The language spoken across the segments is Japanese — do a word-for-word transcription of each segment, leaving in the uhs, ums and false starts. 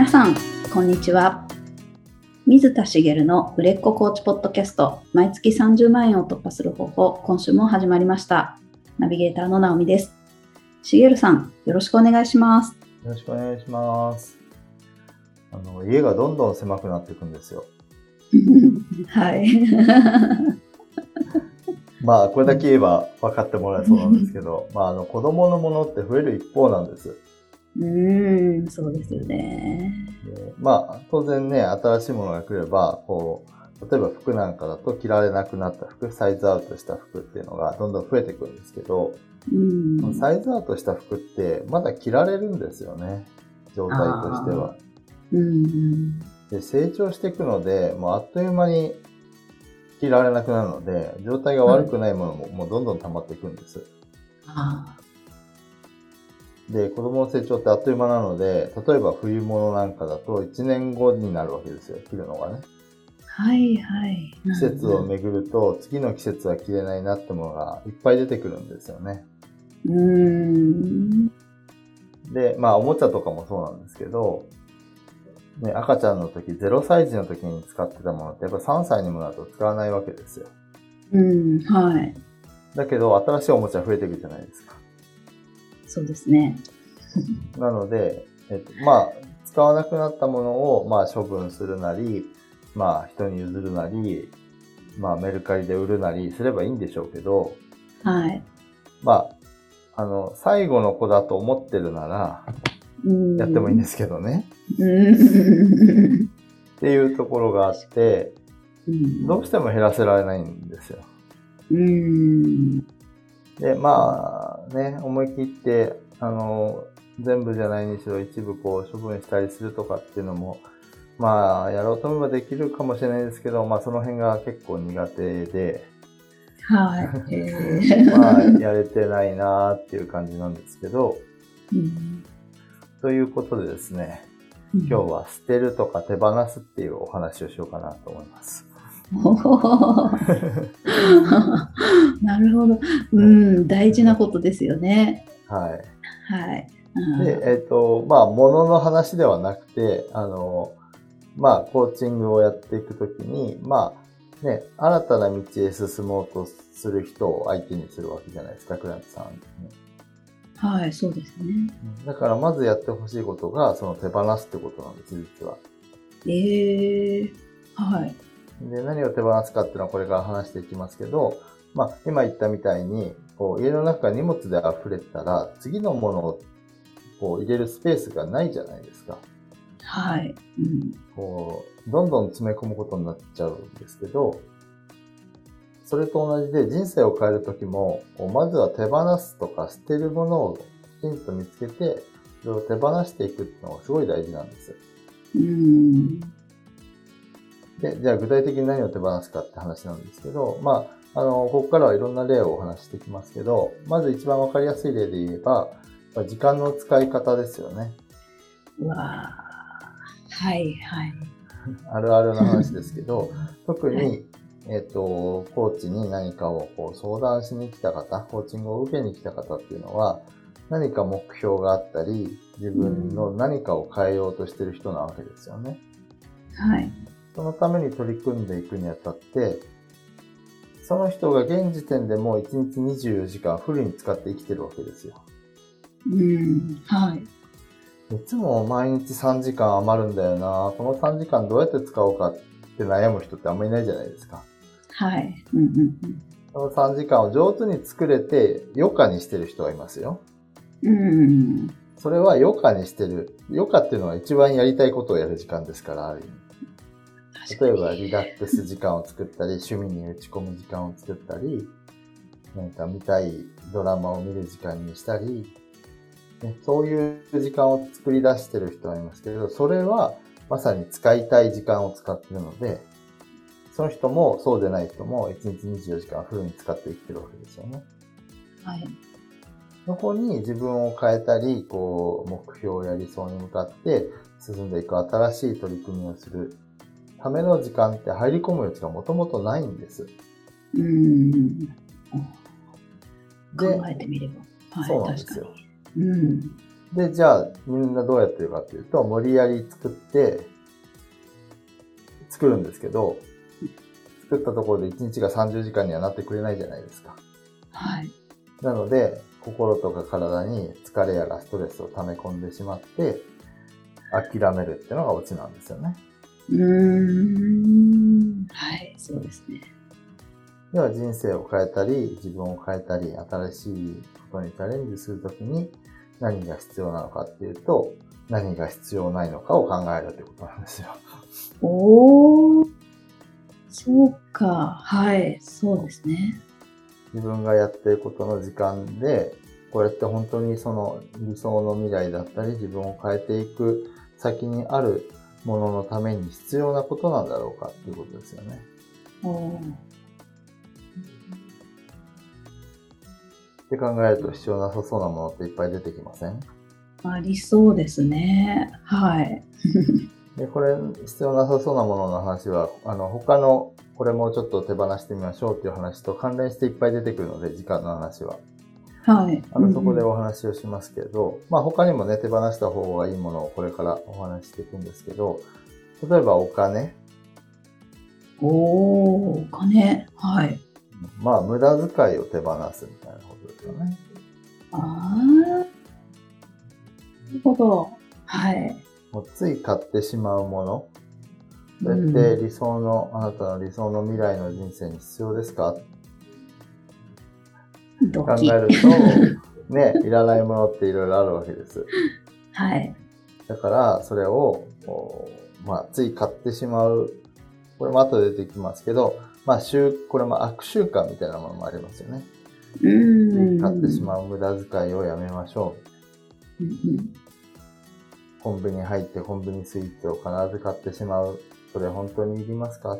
皆さんこんにちは。水田茂の売れっ子コーチポッドキャスト、毎月さんじゅうまんえんを突破する方法、今週も始まりました。ナビゲーターの直美です。茂さん、よろしくお願いします。 よろしくお願いします。あの家がどんどん狭くなっていくんですよ。 はいまあこれだけ言えば分かってもらえそうなんですけどまああの子供のものって増える一方なんです。 うーん、そうですよね。 でまあ当然ね、新しいものが来ればこう例えば服なんかだと着られなくなった服、サイズアウトした服っていうのがどんどん増えていくんですけど、 うんサイズアウトした服ってまだ着られるんですよね、状態としては。 うん、 で成長していくので、もうあっという間に着られなくなるので、状態が悪くないものも、はい、もうどんどん溜まっていくんです。 あで、子供の成長ってあっという間なので、例えば冬物なんかだといちねんごになるわけですよ、着るのがね。 はいはい。 季節を巡ると、次の季節は着れないなってものがいっぱい出てくるんですよね。 うーん。 で、まあおもちゃとかもそうなんですけど、ね、赤ちゃんの時、ゼロさい児の時に使ってたものってやっぱさんさいにもなると使わないわけですよ。 うん、はい。 だけど新しいおもちゃ増えていくじゃないですか。 そうですね。 なので、えっと、まあ、使わなくなったものを、まあ、処分するなり、まあ、人に譲るなり、まあ、メルカリで売るなりすればいいんでしょうけど、 はい。 まあ、あの、最後の子だと思ってるなら、やってもいいんですけどね。っていうところがあって、どうしても減らせられないんですよ。 うんで、まあね、思い切って、あの、全部じゃないにしろ一部こう処分したりするとかっていうのも、まあ、やろうと思えばできるかもしれないですけど、まあその辺が結構苦手で、 はい。えー、 まあ、やれてないなーっていう感じなんですけど、 うん、 ということでですね、今日は捨てるとか手放すっていうお話をしようかなと思います。 なるほど、うん、大事なことですよね。 はい。 はい。 で、えっと、まあ、物の話ではなくて、あの、まあ、コーチングをやっていくときに、まあ、ね、新たな道へ進もうとする人を相手にするわけじゃないですか、クライアントさん、ね。 はい、そうですね。 だから、まずやってほしいことが、その手放すってことなんです、実は。 ええー、はい。 で、何を手放すかっていうのはこれから話していきますけど、まあ、今言ったみたいに、こう、家の中が荷物で溢れたら、次のものをこう入れるスペースがないじゃないですか。 はい。うん、 こう、どんどん詰め込むことになっちゃうんですけど、それと同じで人生を変えるときも、まずは手放すとか捨てるものをきちんと見つけて、それを手放していくっていうのがすごい大事なんです。 うん、 で、じゃあ具体的に何を手放すかって話なんですけど、まあ、あの、ここからはいろんな例をお話していきますけど、まず一番わかりやすい例で言えば、時間の使い方ですよね。 うわはいはい。 あるあるな話ですけど、特に、はい、えっと、コーチに何かをこう相談しに来た方、コーチングを受けに来た方っていうのは、何か目標があったり、自分の何かを変えようとしてる人なわけですよね。 はい。 そのために取り組んでいくにあたって、その人が現時点でもういちにちにじゅうよじかんフルに使って生きてるわけですよ。 うん、はい。 いつも毎日さんじかん余るんだよな。このさんじかんどうやって使おうかって悩む人ってあんまりいないじゃないですか。 はい。うんうんうん、 そのさんじかんを上手に作れて余暇にしてる人がいますよ。 うん、 それは余暇にしてる。余暇っていうのは一番やりたいことをやる時間ですから、ある意味。例えばリラックス時間を作ったり、趣味に打ち込む時間を作ったり、なんか見たいドラマを見る時間にしたり、ね、そういう時間を作り出してる人はいますけど、それはまさに使いたい時間を使っているので、その人もそうでない人もいちにちにじゅうよじかんフルに使って生きてるわけですよね。 はい。 そこに自分を変えたり、こう、目標をやりそうに向かって進んでいく新しい取り組みをするための時間って入り込む余地がもともとないんです。 うーん。で、考えてみれば。はい、 そうなんですよ。 うん。 で、じゃあみんなどうやってるかっていうと、無理やり作って、作るんですけど、作ったところでいちにちがさんじゅうじかんにはなってくれないじゃないですか。 はい。 なので、心とか体に疲れやらストレスを溜め込んでしまって、諦めるっていうのがオチなんですよね。 うーん。はい、そうですね。 では人生を変えたり、自分を変えたり、新しいことにチャレンジするときに何が必要なのかっていうと、何が必要ないのかを考えるってことなんですよ。 おー、そうか。はい、そうですね。 自分がやってることの時間で、これって本当にその理想の未来だったり、自分を変えていく先にあるもののために必要なことなんだろうかっていうことですよね。 おー。 って考えると必要なさそうなものっていっぱい出てきません？ ありそうですね。はい。 で、これ必要なさそうなものの話は、あの、他のこれもちょっと手放してみましょうっていう話と関連していっぱい出てくるので、時間の話は。 はい。 あの、そこでお話をしますけど、まあ他にもね、手放した方がいいものをこれからお話ししていくんですけど、例えばお金。 おー、お金。はい。 まあ無駄遣いを手放すみたいなことですよね。 あー、なるほど。はい。 もうつい買ってしまうもの。それって理想の、あなたの理想の未来の人生に必要ですか？考えると、ね、いらないものっていろいろあるわけです。 はい。 だから、それを、まあ、つい買ってしまう。これも後で出てきますけど、まあ、習、これも悪習慣みたいなものもありますよね。 うーん。 買ってしまう無駄遣いをやめましょう。 うんうん、 コンビニ入ってコンビニスイーツを必ず買ってしまう。それ本当にいりますか？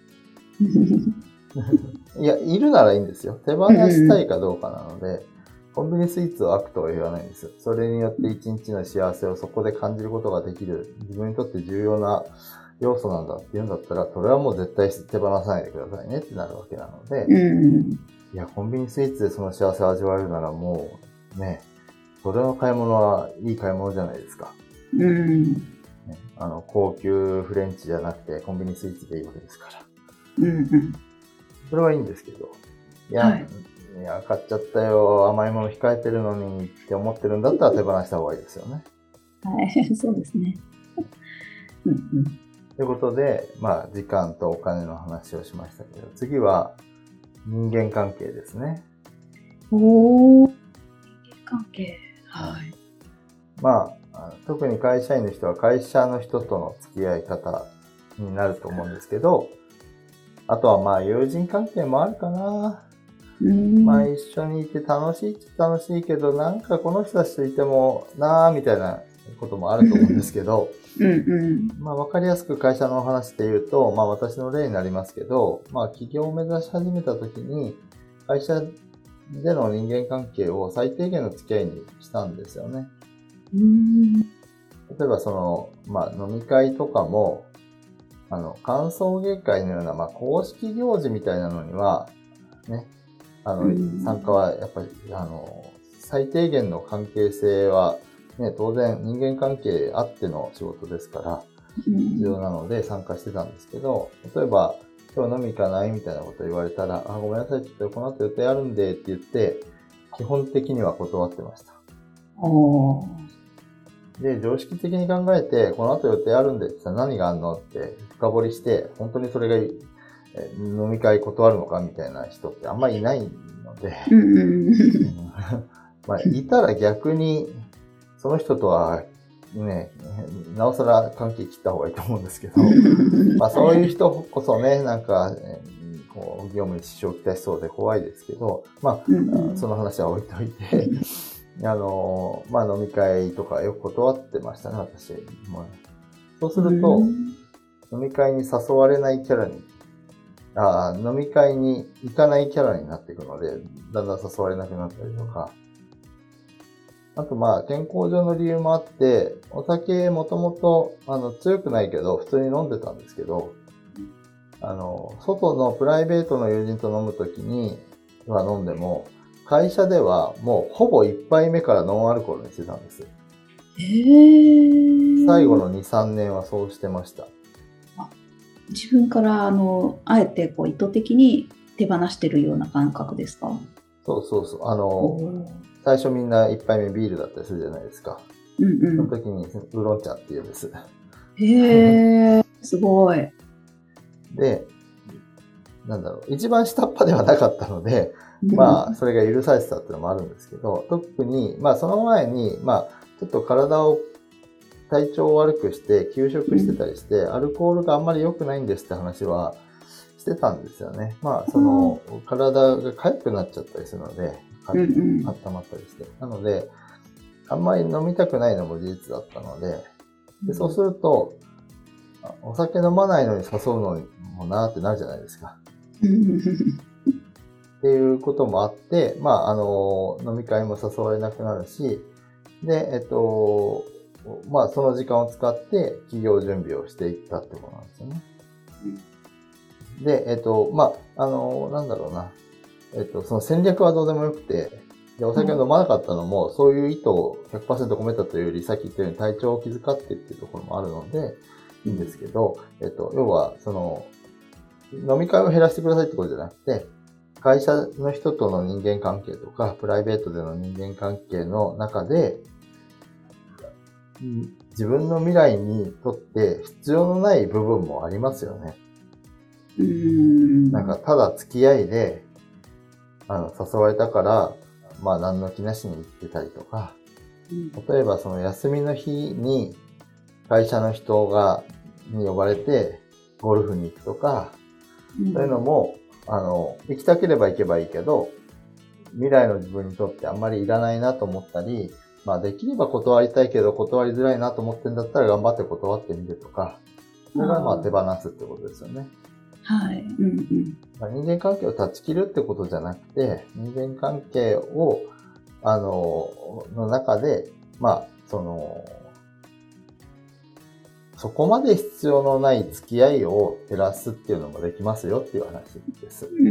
いや、いるならいいんですよ。手放したいかどうかなので、コンビニスイーツを悪とは言わないんですよ。それによって一日の幸せをそこで感じることができる、自分にとって重要な要素なんだっていうんだったら、それはもう絶対手放さないでくださいねってなるわけなので、 うん、 いや、コンビニスイーツでその幸せを味わえるならもう、ね、それの買い物はいい買い物じゃないですか。 うんね、あの、高級フレンチじゃなくてコンビニスイーツでいいわけですから。 うんうん、 それはいいんですけど、いや、はい、いや、買っちゃったよ、甘いもの控えてるのにって思ってるんだったら手放した方がいいですよね。 はい、そうですね。うんうん、 ということで、まあ、時間とお金の話をしましたけど、次は人間関係ですね。 おー、人間関係。はい。 まあ、特に会社員の人は会社の人との付き合い方になると思うんですけど、あとはまあ友人関係もあるかな。うんまあ一緒にいて楽しいって楽しいけど、なんかこの人たちといてもなーみたいなこともあると思うんですけど、うんうん、まあわかりやすく会社の話で言うと、まあ私の例になりますけど、まあ起業を目指し始めた時に、会社での人間関係を最低限の付き合いにしたんですよね。うん例えばその、まあ飲み会とかも、あの、歓送迎会のような、まあ公式行事みたいなのには、ね、あの、参加はやっぱり、あの、最低限の関係性は、ね、当然人間関係あっての仕事ですから、必要なので参加してたんですけど、例えば、今日飲み行かないみたいなこと言われたら、あ、ごめんなさい、ちょっとこの後予定あるんでって言って、基本的には断ってました。おーで、常識的に考えて、この後予定あるんでって言ったら何があんのって深掘りして、本当にそれが飲み会断るのかみたいな人ってあんまりいないので、まあ、いたら逆に、その人とはね、なおさら関係切った方がいいと思うんですけど、まあそういう人こそね、なんか、こう業務に支障をきたしそうで怖いですけど、まあ、その話は置いといて、あの、まあ飲み会とかよく断ってましたね、私も。そうすると、飲み会に誘われないキャラに、あ飲み会に行かないキャラになっていくので、だんだん誘われなくなったりとか。あとまあ健康上の理由もあって、お酒もともとあの強くないけど普通に飲んでたんですけど、あの、外のプライベートの友人と飲むときには飲んでも、会社ではもうほぼ一杯目からノンアルコールにしてたんです。 へー。 最後のに、さんねんはそうしてました。 自分からあのあえてこう意図的に手放してるような感覚ですか？ そうそうそう。あの、最初みんないっぱいめビールだったりするじゃないですか。 うんうん、 その時にウーロン茶っていうんです。 へー、すごい。 で、なんだろう、一番下っ端ではなかったので、まあ、それが許されてたっていうのもあるんですけど、特に、まあ、その前に、まあ、ちょっと体を、体調を悪くして、休職してたりして、アルコールがあんまり良くないんですって話はしてたんですよね。まあ、その、体が痒くなっちゃったりするので、 うんうん、 温まったりして。なので、あんまり飲みたくないのも事実だったので、でそうすると、お酒飲まないのに誘うのもなーってなるじゃないですか。っていうこともあって、まあ、あの、飲み会も誘われなくなるし、で、えっと、まあ、その時間を使って企業準備をしていったってことなんですよね。で、えっと、まあ、あの、なんだろうな。えっと、その戦略はどうでもよくて、で、お酒を飲まなかったのも、そういう意図を ひゃくパーセント 込めたというより、さっき言ったように体調を気遣ってっていうところもあるので、いいんですけど、えっと、要は、その、飲み会を減らしてくださいってことじゃなくて、会社の人との人間関係とか、プライベートでの人間関係の中で、自分の未来にとって必要のない部分もありますよね。 うーん、 なんか、ただ付き合いで、あの、誘われたから、まあ、何の気なしに行ってたりとか、例えばその休みの日に会社の人が、に呼ばれてゴルフに行くとか、そういうのも、あの、行きたければ行けばいいけど、未来の自分にとってあんまりいらないなと思ったり、まあできれば断りたいけど断りづらいなと思ってんだったら頑張って断ってみるとか、それがまあ手放すってことですよね。 はい。うんうん。 まあ、人間関係を断ち切るってことじゃなくて、人間関係を、あの、の中で、まあ、その、そこまで必要のない付き合いを減らすっていうのもできますよっていう話です。 うん、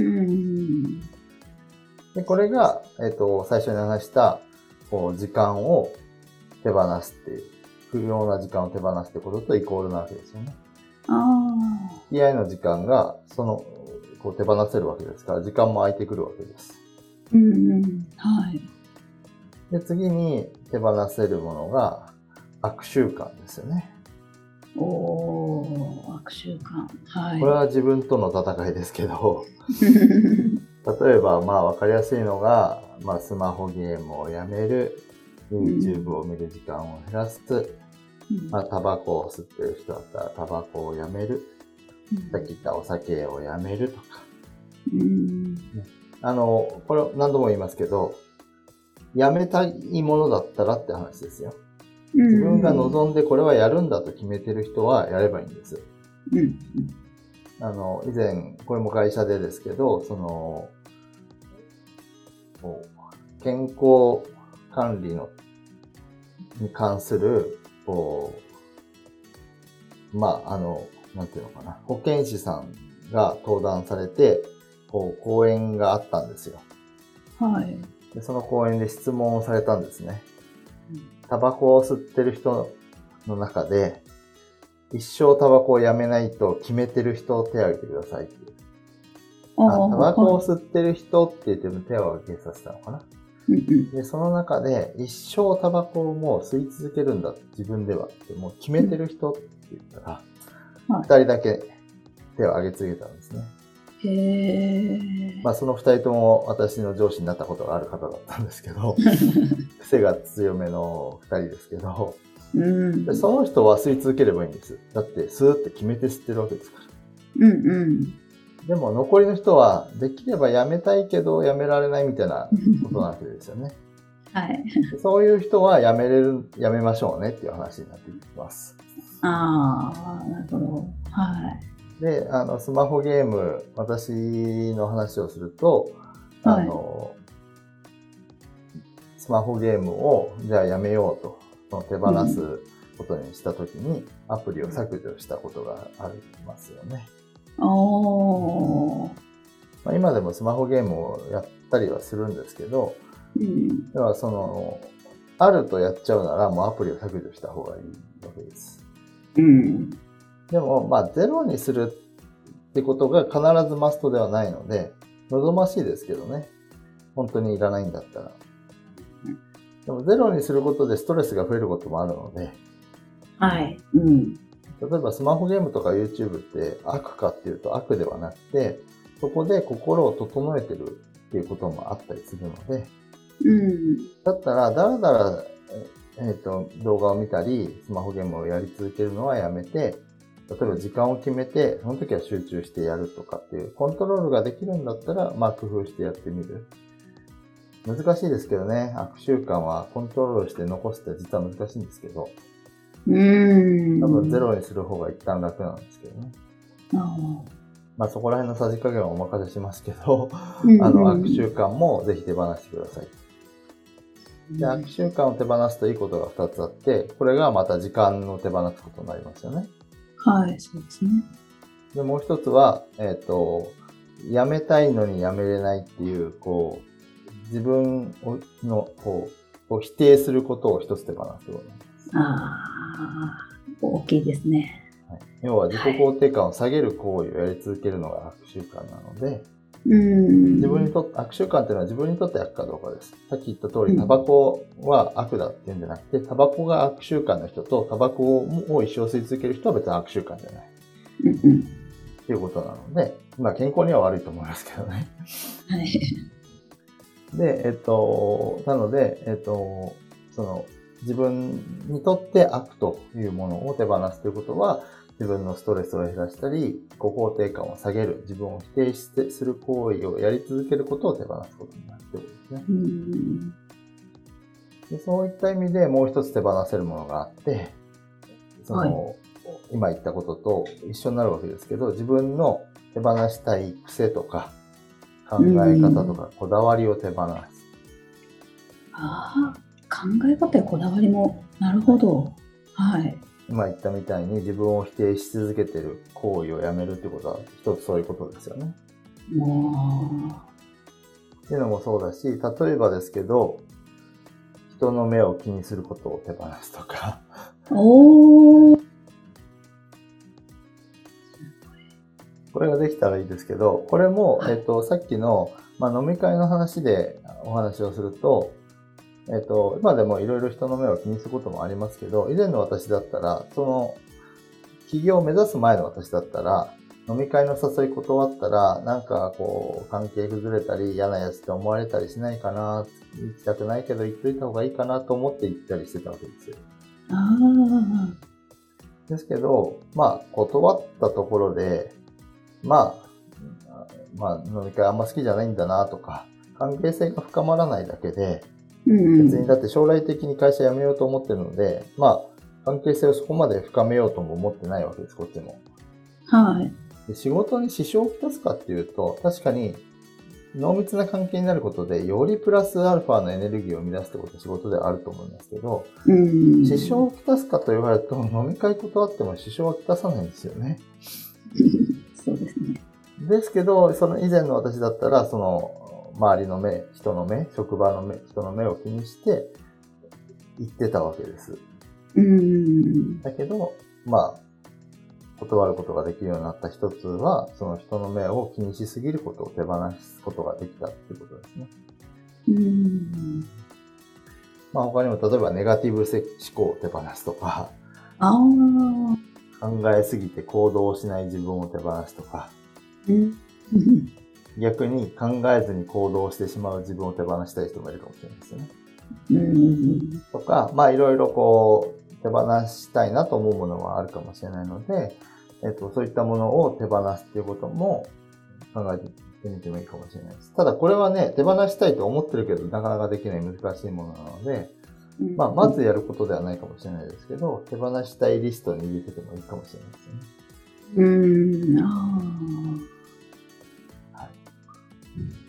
で、これが、えっと、最初に話した、こう、時間を手放すっていう、不要な時間を手放すってこととイコールなわけですよね。 ああ。 付き合いの時間が、その、こう手放せるわけですから、時間も空いてくるわけです。 うんうん。はい。 で、次に手放せるものが、悪習慣ですよね。 おー、悪習慣。はい。 これは自分との戦いですけど、例えば、まあ、わかりやすいのが、まあ、スマホゲームをやめる、YouTube を見る時間を減らす、うん、まあ、タバコを吸ってる人だったら、タバコをやめる、うん、さっき言ったお酒をやめるとか。うんね、あの、これ何度も言いますけど、やめたいものだったらって話ですよ。自分が望んでこれはやるんだと決めてる人はやればいいんです。うん、あの、以前、これも会社でですけど、その、健康管理の、に関する、こう、まあ、あの、なんていうのかな、保健師さんが登壇されて、こう、講演があったんですよ。 はい。 でその講演で質問をされたんですね。タバコを吸ってる人の中で、一生タバコをやめないと決めてる人を手を挙げてくださいっていう。あ、タバコを吸ってる人って言っても手を挙げさせたのかな。で、その中で一生タバコをもう吸い続けるんだ、自分ではってもう決めてる人って言ったら、二、うん、人だけ手を挙げ続けたんですね。へー。まあその二人とも私の上司になったことがある方だったんですけど、癖が強めの二人ですけど、うん、でその人は吸い続ければいいんです。だって吸うって決めて吸ってるわけですから。うんうん。でも残りの人はできればやめたいけどやめられないみたいなことなわけですよね。はい。そういう人はやめれる、やめましょうねっていう話になってきます。ああ、なるほど。はい。で、あの、スマホゲーム、私の話をすると、あの、はい、スマホゲームをじゃあやめようと、その手放すことにしたときに、うん、アプリを削除したことがありますよね。おー。まあ、今でもスマホゲームをやったりはするんですけど、うん、ではその、 あるとやっちゃうならもうアプリを削除した方がいいわけです。 うん。 でも、まあ、ゼロにするってことが必ずマストではないので、望ましいですけどね。本当にいらないんだったら。でも、ゼロにすることでストレスが増えることもあるので、 はい。うん。 例えばスマホゲームとか YouTube って悪かっていうと悪ではなくて、そこで心を整えてるっていうこともあったりするので、 うん。 だったら、だらだら、えっと、動画を見たり、スマホゲームをやり続けるのはやめて、例えば時間を決めて、その時は集中してやるとかっていうコントロールができるんだったら、まあ工夫してやってみる。難しいですけどね、悪習慣はコントロールして残すって実は難しいんですけど、 うーん。 多分ゼロにする方が一旦楽なんですけどね。 あまあそこら辺のさじ加減はお任せしますけど、 うんうん、 あの悪習慣もぜひ手放してください。で、悪習慣を手放すといいことがふたつあって、これがまた時間の手放すことになりますよね。 はい、そうですね。 で、もう一つは、えっと、やめたいのにやめれないっていう、こう、自分の、こう、を否定することを一つ手放すことになります。 ああ、大きいですね。 はい、要は自己肯定感を下げる行為をやり続けるのが悪習慣なので、 うん、 自分にとって、悪習慣っていうのは自分にとって悪かどうかです。さっき言った通り、タバコは悪だっていうんじゃなくて、タバコが悪習慣の人と、タバコを一生吸い続ける人は別に悪習慣じゃない。 うんうん、 っていうことなので、まあ健康には悪いと思いますけどね。 はい。 で、えっと、なので、えっと、その、自分にとって悪というものを手放すということは、自分のストレスを減らしたり、自己肯定感を下げる、自分を否定してする行為をやり続けることを手放すことになるということですね。 うんで、そういった意味でもう一つ手放せるものがあって、その、はい、今言ったことと一緒になるわけですけど、自分の手放したい癖とか考え方とかこだわりを手放す。 ああ、考え方やこだわりも、なるほど。はい。 今言ったみたいに自分を否定し続けている行為をやめるってことは一つそういうことですよね。 もう。 っていうのもそうだし、例えばですけど、人の目を気にすることを手放すとか。 おー。 これができたらいいですけど、これも、えっと、さっきの、まあ、飲み会の話でお話をすると、えっと、今でもいろいろ人の目を気にすることもありますけど、以前の私だったら、その、起業を目指す前の私だったら、飲み会の誘い断ったら、なんかこう、関係崩れたり、嫌なやつって思われたりしないかな、行きたくないけど行っといた方がいいかなと思って行ったりしてたわけですよ。 ああ。ですけど、まあ、断ったところで、まあ、まあ、飲み会あんま好きじゃないんだなとか、関係性が深まらないだけで、別にだって将来的に会社辞めようと思ってるので、まあ、関係性をそこまで深めようとも思ってないわけです、こっちも。 はい。 で、仕事に支障をきたすかっていうと、確かに濃密な関係になることで、よりプラスアルファのエネルギーを生み出すってことは仕事ではあると思いますけど、 うん支障をきたすかと言われると、飲み会断っても支障はきたさないんですよね。 そうですね。 ですけど、その以前の私だったら、その、周りの目、人の目、職場の目、人の目を気にして言ってたわけです。 うん。 だけど、まあ、断ることができるようになった一つは、その人の目を気にしすぎることを手放すことができたっていうことですね。 うん。 まあ他にも例えばネガティブ思考を手放すとか、 あ考えすぎて行動しない自分を手放すとか、 うん、 逆に考えずに行動してしまう自分を手放したい人もいるかもしれないですよね。 うん、 とか、まあいろいろこう手放したいなと思うものはあるかもしれないので、えっと、そういったものを手放すっていうことも考えてみてもいいかもしれないです。ただこれはね、手放したいと思ってるけどなかなかできない難しいものなので、まあまずやることではないかもしれないですけど、手放したいリストに入れててもいいかもしれないですよね。 うーん、ああ。はい。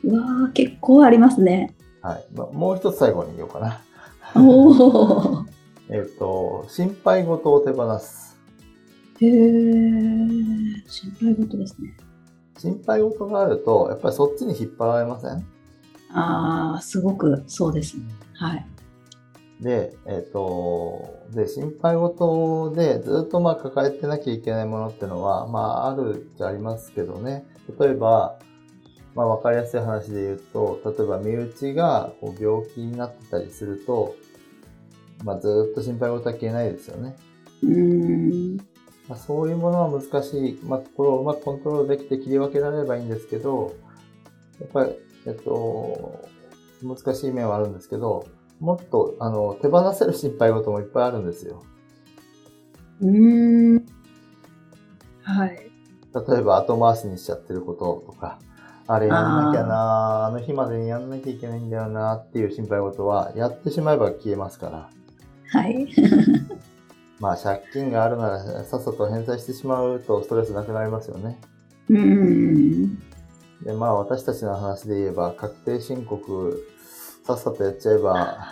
うわー、結構ありますね。 はい。まあ、もう一つ最後に言おうかな。 おー。 えっと、心配事を手放す。 へー、心配事ですね。 心配事があると、やっぱりそっちに引っ張られません？ ああ、すごくそうです。はい。 で、えっと、で、心配事でずっとまあ抱えてなきゃいけないものってのは、まああるっちゃありますけどね。例えば、まあわかりやすい話で言うと、例えば身内がこう病気になってたりすると、まあずっと心配事は消えないですよね。 うーん。 まあ、そういうものは難しい。まあこれをうまくコントロールできて切り分けられればいいんですけど、やっぱり、えっと、難しい面はあるんですけど、もっと、あの、手放せる心配事もいっぱいあるんですよ。 うーん。はい。 例えば、後回しにしちゃってることとか、あれやんなきゃあなー、あの日までにやんなきゃいけないんだよなーっていう心配事は、やってしまえば消えますから。 あ、はい。 まあ、借金があるなら、さっさと返済してしまうとストレスなくなりますよね。 うーん。 で、まあ、私たちの話で言えば、確定申告、さっさとやっちゃえば、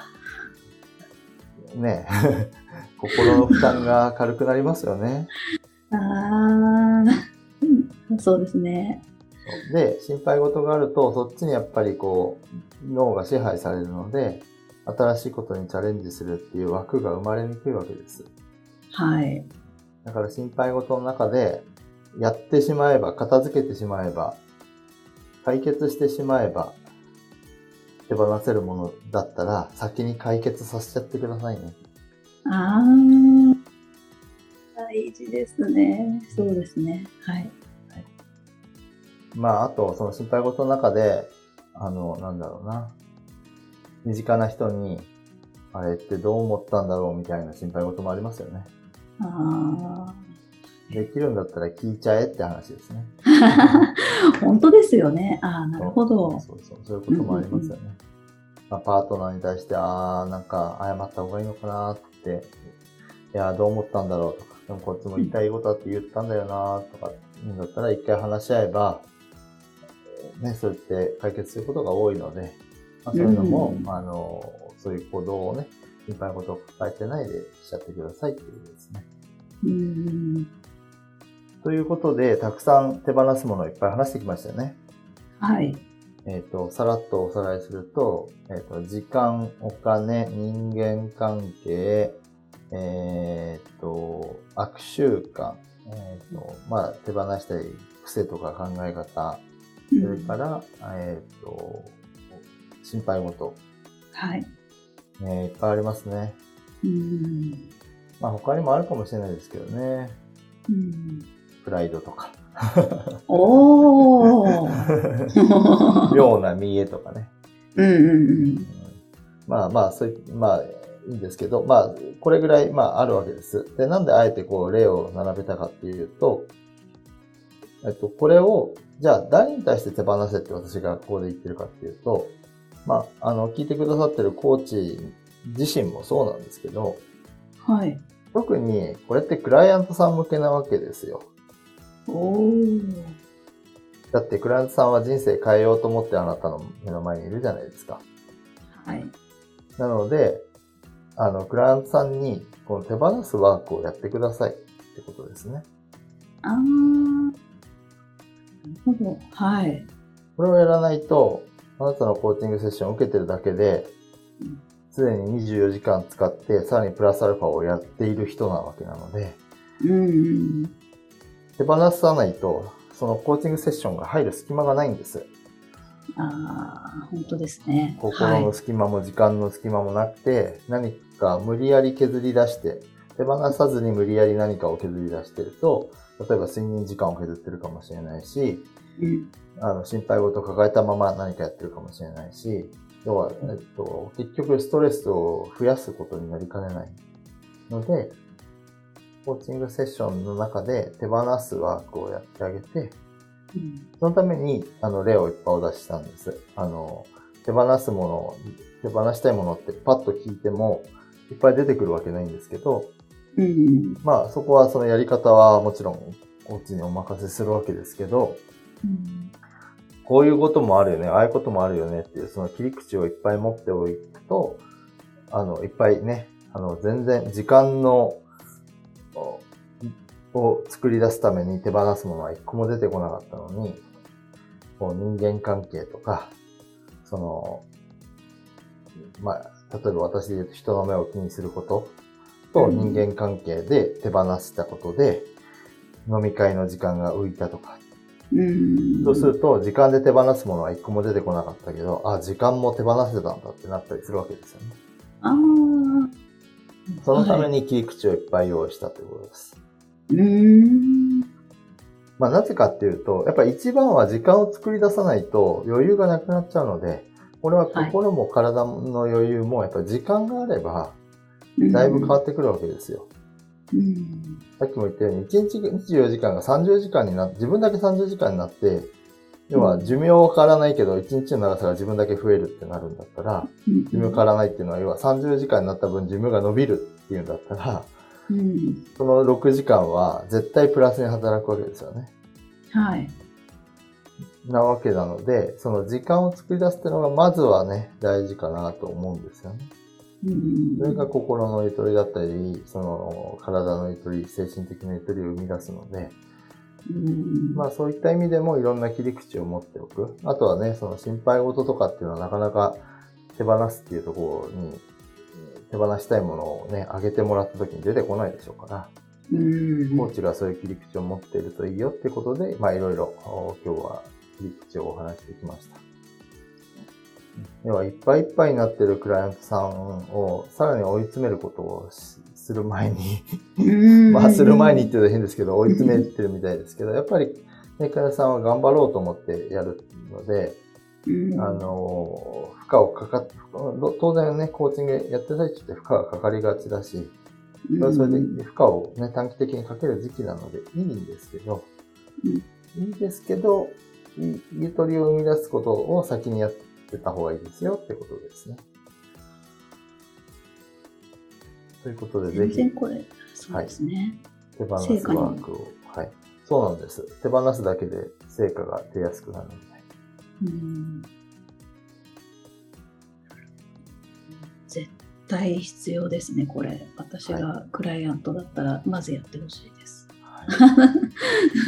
ねえ、心の負担が軽くなりますよね。 ああ、そうですね。 で、心配事があると、そっちにやっぱりこう、脳が支配されるので、新しいことにチャレンジするっていう枠が生まれにくいわけです。 はい。 だから心配事の中で、やってしまえば、片付けてしまえば、解決してしまえば、手放せるものだったら、先に解決させちゃってくださいね。 ああ、大事ですね。そうですね。はい。 まあ、あと、その心配事の中で、あの、なんだろうな。身近な人に、あれってどう思ったんだろうみたいな心配事もありますよね。 ああ。 できるんだったら聞いちゃえって話ですね。 本当ですよね。ああ、なるほど。 そうそうそう、そういうこともありますよね。うんうんうん、まあ、パートナーに対して、ああ、なんか謝った方がいいのかなって、いや、どう思ったんだろうとか、でもこっちも言いたいことあって言ったんだよなとか、言うんだったら一回話し合えば、ね、そうやって解決することが多いので、まあ、そういうのも、うん、あの、そういう行動をね、心配事を抱えてないでしちゃってくださいっていうことですね。 うん。 ということで、たくさん手放すものをいっぱい話してきましたよね。 はい。 えっと、さらっとおさらいすると、えっと、時間、お金、人間関係、えっと、悪習慣、えっと、まあ、手放したい癖とか考え方、それから、うん、えっと、心配事。 はい。 えー、いっぱいありますね。 うん。 まあ、他にもあるかもしれないですけどね。 うん。 プライドとか。 おー。 妙な見栄とかね。 うんうんうん。 まあまあ、そういう、まあ、いいんですけど、まあ、これぐらい、まあ、あるわけです。で、なんであえてこう、例を並べたかっていうと、えっと、これを、じゃあ、誰に対して手放せって私がここで言ってるかっていうと、まあ、あの、聞いてくださってるコーチ自身もそうなんですけど、 はい。 特に、これってクライアントさん向けなわけですよ。 おー。 だって、クライアントさんは人生変えようと思ってあなたの目の前にいるじゃないですか。 はい。 なので、あの、クライアントさんに、この手放すワークをやってくださいってことですね。 あー。なるほど。はい。 これをやらないと、あなたのコーチングセッションを受けてるだけで、すでににじゅうよじかん使って、さらにプラスアルファをやっている人なわけなので、 うんうん、 手放さないと、そのコーチングセッションが入る隙間がないんです。 ああ、本当ですね。 心の隙間も時間の隙間もなくて、はい、何か無理やり削り出して、手放さずに無理やり何かを削り出してると、例えば睡眠時間を削ってるかもしれないし、うん、あの心配事を抱えたまま何かやってるかもしれないし、要は、えっと、結局ストレスを増やすことになりかねないので、コーチングセッションの中で手放すワークをやってあげて、うん、そのために、あの、例をいっぱいお出ししたんです。あの、手放すものを、手放したいものってパッと聞いても、いっぱい出てくるわけないんですけど、うん、まあ、そこはそのやり方はもちろん、コーチにお任せするわけですけど、うん、こういうこともあるよね、ああいうこともあるよねっていう、その切り口をいっぱい持っておくと、あの、いっぱいね、あの、全然時間の、を作り出すために手放すものは一個も出てこなかったのに、こう人間関係とか、その、まあ、 例えば私で言うと人の目を気にすることと人間関係で手放したことで、飲み会の時間が浮いたとか。うん、そうすると、時間で手放すものは一個も出てこなかったけど、あ、時間も手放せたんだってなったりするわけですよね。ああ。そのために切り口をいっぱい用意したということです。うーん。まあ、なぜかっていうと、やっぱり一番は時間を作り出さないと余裕がなくなっちゃうので、これは心も体の余裕もやっぱり時間があれば、だいぶ変わってくるわけですよ。うん、さっきも言ったように、いちにちにじゅうよじかんがさんじゅうじかんになって、自分だけさんじゅうじかんになって、要は寿命は変わらないけど、いちにちの長さが自分だけ増えるってなるんだったら、寿命変わらないっていうのは、要はさんじゅうじかんになった分寿命が伸びるっていうんだったら、うん、そのろくじかんは絶対プラスに働くわけですよね。はい。なわけなので、その時間を作り出すっていうのがまずはね、大事かなと思うんですよね。うん、それが心のゆとりだったり、その体のゆとり、精神的なゆとりを生み出すので、うん、まあそういった意味でもいろんな切り口を持っておく。あとはね、その心配事とかっていうのはなかなか手放すっていうところに、手放したいものをね、あげてもらった時に出てこないでしょうから、うん、コーチがそういう切り口を持っているといいよってことで、まあいろいろ今日は切り口をお話してきました。要はいっぱいいっぱいになってるクライアントさんをさらに追い詰めることをする前にまあする前にって言うと変ですけど追い詰めてるみたいですけど、やっぱりね、クライアントさんは頑張ろうと思ってやるので、あの、負荷をかかっ、当然ね、コーチングやってる最中って負荷がかかりがちだし、それそれで負荷をね、短期的にかける時期なのでいいんですけど、いいですけど、ゆとりを生み出すことを先にやってた方がいいですよってことですね。ということで、ぜひ。 全然これ、そうですね。 はい、手放すワークを。はい。そうなんです。手放すだけで成果が出やすくなるので。うん絶対必要ですね、これ。私がクライアントだったら、まずやってほしいです。 はい、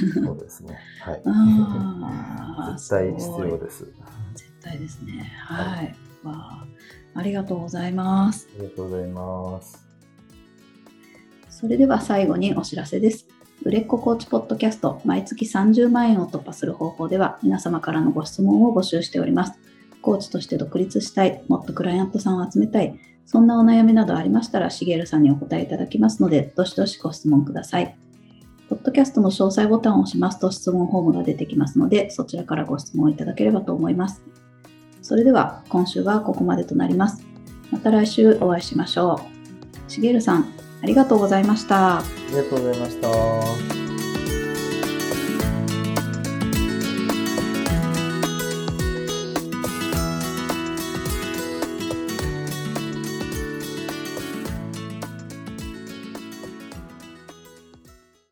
そうですね。はい。あ絶対必要です。 絶対ですね。はい。はい、わあ、ありがとうございます。 ありがとうございます。 それでは最後にお知らせです。売れっ子コーチポッドキャスト、毎月さんじゅうまんえんを突破する方法では、皆様からのご質問を募集しております。コーチとして独立したい、もっとクライアントさんを集めたい、そんなお悩みなどありましたら、しげるさんにお答えいただきますので、どしどしご質問ください。ポッドキャストの詳細ボタンを押しますと質問フォームが出てきますので、そちらからご質問いただければと思います。それでは、今週はここまでとなります。また来週お会いしましょう。しげるさん、ありがとうございました。 ありがとうございました。